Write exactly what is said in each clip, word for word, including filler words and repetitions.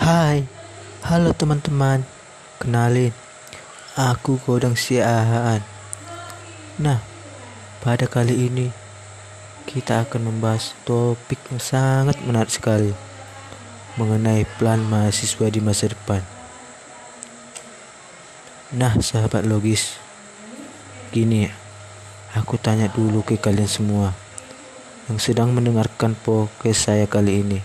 Hai, halo teman-teman. Kenalin, aku Godang Siahaan. Nah, pada kali ini kita akan membahas topik yang sangat menarik sekali mengenai plan mahasiswa di masa depan. Nah, sahabat logis, gini ya, aku tanya dulu ke kalian semua yang sedang mendengarkan podcast saya kali ini.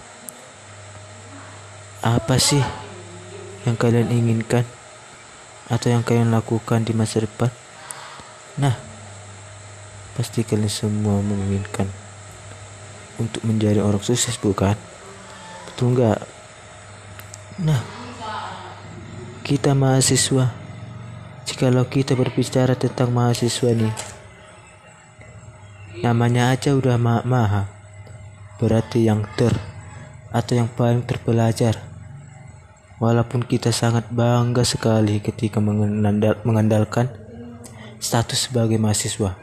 Apa sih yang kalian inginkan atau yang kalian lakukan di masa depan? Nah, pasti kalian semua menginginkan untuk menjadi orang sukses, bukan? Betul nggak? Nah, kita mahasiswa, jikalau kita berbicara tentang mahasiswa nih, namanya aja udah ma-maha, berarti yang ter atau yang paling terpelajar. Walaupun kita sangat bangga sekali ketika mengandal- mengandalkan status sebagai mahasiswa,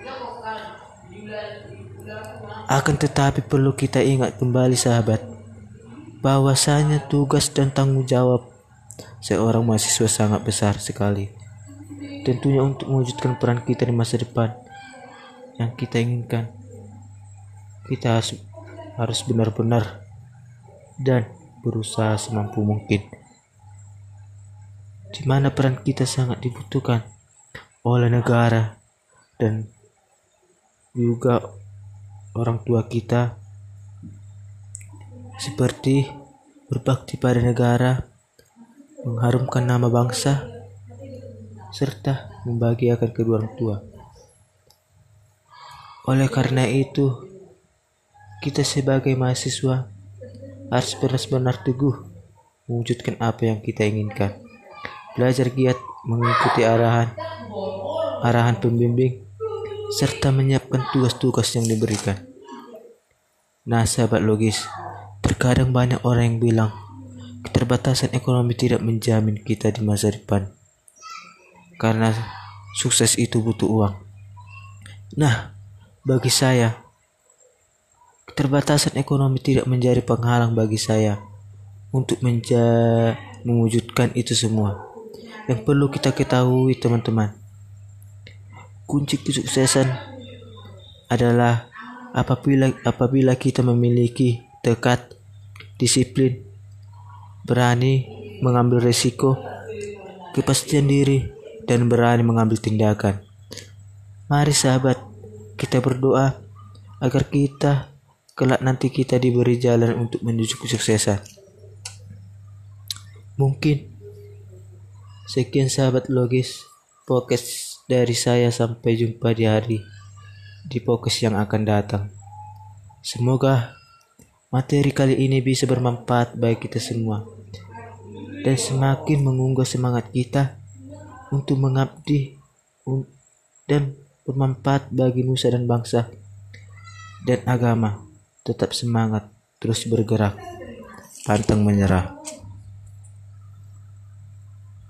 akan tetapi perlu kita ingat kembali sahabat, bahwasanya tugas dan tanggung jawab seorang mahasiswa sangat besar sekali. Tentunya untuk mewujudkan peran kita di masa depan yang kita inginkan, kita harus, harus benar-benar dan berusaha semampu mungkin, di mana peran kita sangat dibutuhkan oleh negara dan juga orang tua kita, seperti berbakti pada negara, mengharumkan nama bangsa, serta membahagiakan kedua orang tua. Oleh karena itu, kita sebagai mahasiswa harus benar-benar teguh mewujudkan apa yang kita inginkan. Belajar giat mengikuti arahan arahan pembimbing serta menyiapkan tugas-tugas yang diberikan. Nah, sahabat logis, terkadang banyak orang yang bilang keterbatasan ekonomi tidak menjamin kita di masa depan, karena sukses itu butuh uang. Nah, bagi saya, keterbatasan ekonomi tidak menjadi penghalang bagi saya untuk menja- mewujudkan itu semua. Yang perlu kita ketahui teman-teman, kunci kesuksesan adalah apabila apabila kita memiliki tekad, disiplin, berani mengambil risiko, kepastian diri, dan berani mengambil tindakan. Mari sahabat, kita berdoa agar kita kelak nanti kita diberi jalan untuk menuju kesuksesan. Mungkin sekian sahabat logis podcast dari saya, sampai jumpa di hari di podcast yang akan datang. Semoga materi kali ini bisa bermanfaat bagi kita semua dan semakin mengunggah semangat kita untuk mengabdi dan bermanfaat bagi nusa dan bangsa dan agama. Tetap semangat, terus bergerak, pantang menyerah.